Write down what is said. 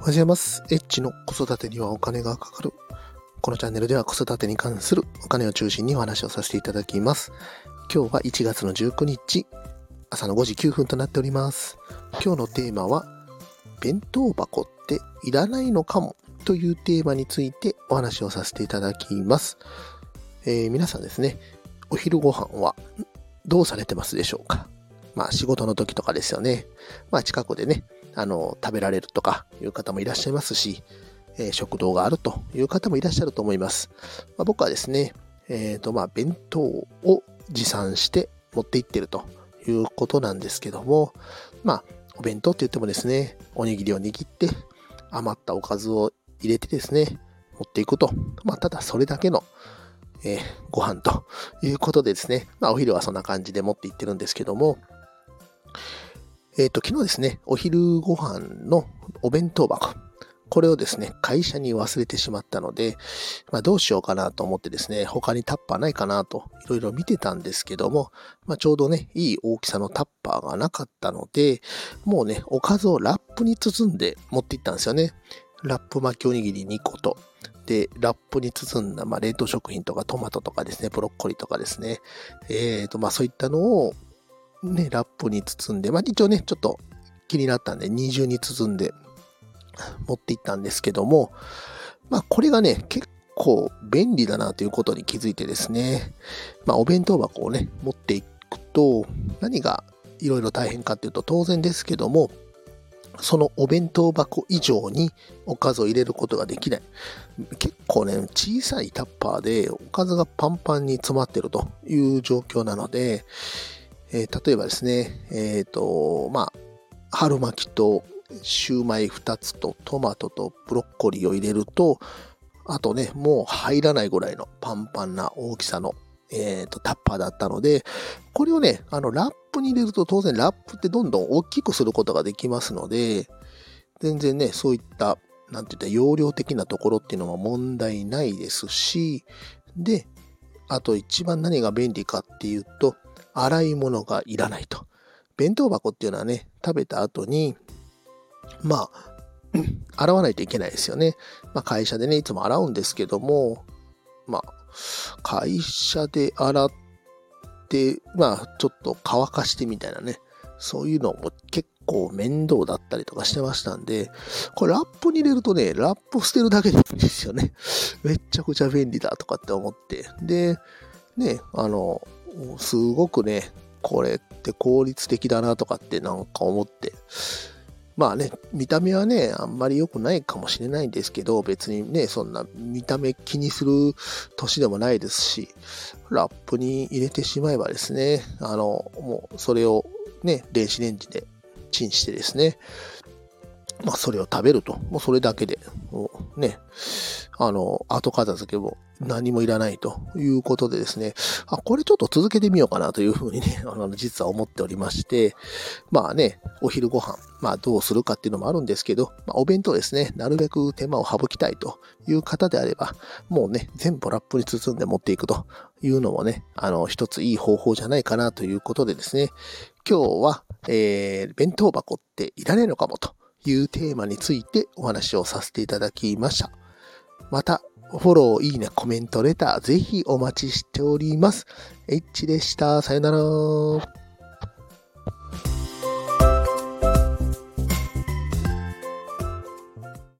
おはようございます。エッチの子育てにはお金がかかる。このチャンネルでは子育てに関するお金を中心にお話をさせていただきます。今日は1月の19日、朝の5時9分となっております。今日のテーマは、弁当箱っていらないのかもというテーマについてお話をさせていただきます。皆さんですね、お昼ご飯はどうされてますでしょうか？仕事の時とかですよね。近くでね、食べられるとかいう方もいらっしゃいますし、食堂があるという方もいらっしゃると思います。僕はですね、弁当を持参して持って行ってるということなんですけども、お弁当って言ってもですね、おにぎりを握って余ったおかずを入れてですね、持っていくと。ただそれだけの、ご飯ということでですね、お昼はそんな感じで持って行ってるんですけども、昨日ですね、お昼ご飯のお弁当箱、これをですね、会社に忘れてしまったので、どうしようかなと思ってですね、他にタッパーないかなといろいろ見てたんですけども、ちょうどね、いい大きさのタッパーがなかったので、もうね、おかずをラップに包んで持っていったんですよね。ラップ巻きおにぎり2個と、で、ラップに包んだ、冷凍食品とかトマトとかですね、ブロッコリーとかですね、そういったのをね、ラップに包んで、一応ね、ちょっと気になったんで、二重に包んで持っていったんですけども、これがね、結構便利だなということに気づいてですね、お弁当箱をね、持っていくと、何がいろいろ大変かっていうと、当然ですけども、そのお弁当箱以上におかずを入れることができない。結構ね、小さいタッパーでおかずがパンパンに詰まってるという状況なので、例えばですね、春巻きとシューマイ2つとトマトとブロッコリーを入れると、あとね、もう入らないぐらいのパンパンな大きさの、タッパーだったので、これをね、ラップに入れると当然ラップってどんどん大きくすることができますので、全然ね、そういった、容量的なところっていうのは問題ないですし、で、あと一番何が便利かっていうと、洗い物がいらないと。弁当箱っていうのはね、食べた後に、洗わないといけないですよね。会社でね、いつも洗うんですけども、会社で洗って、ちょっと乾かしてみたいなね、そういうのも結構面倒だったりとかしてましたんで、これラップに入れるとね、ラップ捨てるだけでいいんですよね。めっちゃくちゃ便利だとかって思って。で、ね、すごくね、これって効率的だなとかってなんか思って。見た目はね、あんまり良くないかもしれないんですけど、別にね、そんな見た目気にする年でもないですし、ラップに入れてしまえばですね、もうそれをね、電子レンジでチンしてですね、それを食べると。もうそれだけで、もうね、後片付けも何もいらないということでですね、これちょっと続けてみようかなというふうにね、実は思っておりまして、お昼ご飯、どうするかっていうのもあるんですけど、お弁当ですね、なるべく手間を省きたいという方であれば、もうね、全部ラップに包んで持っていくというのもね、一ついい方法じゃないかなということでですね、今日は、弁当箱っていらないのかもというテーマについてお話をさせていただきました。また、フォロー、いいね、コメント、レター、ぜひお待ちしております。H でした。さよなら。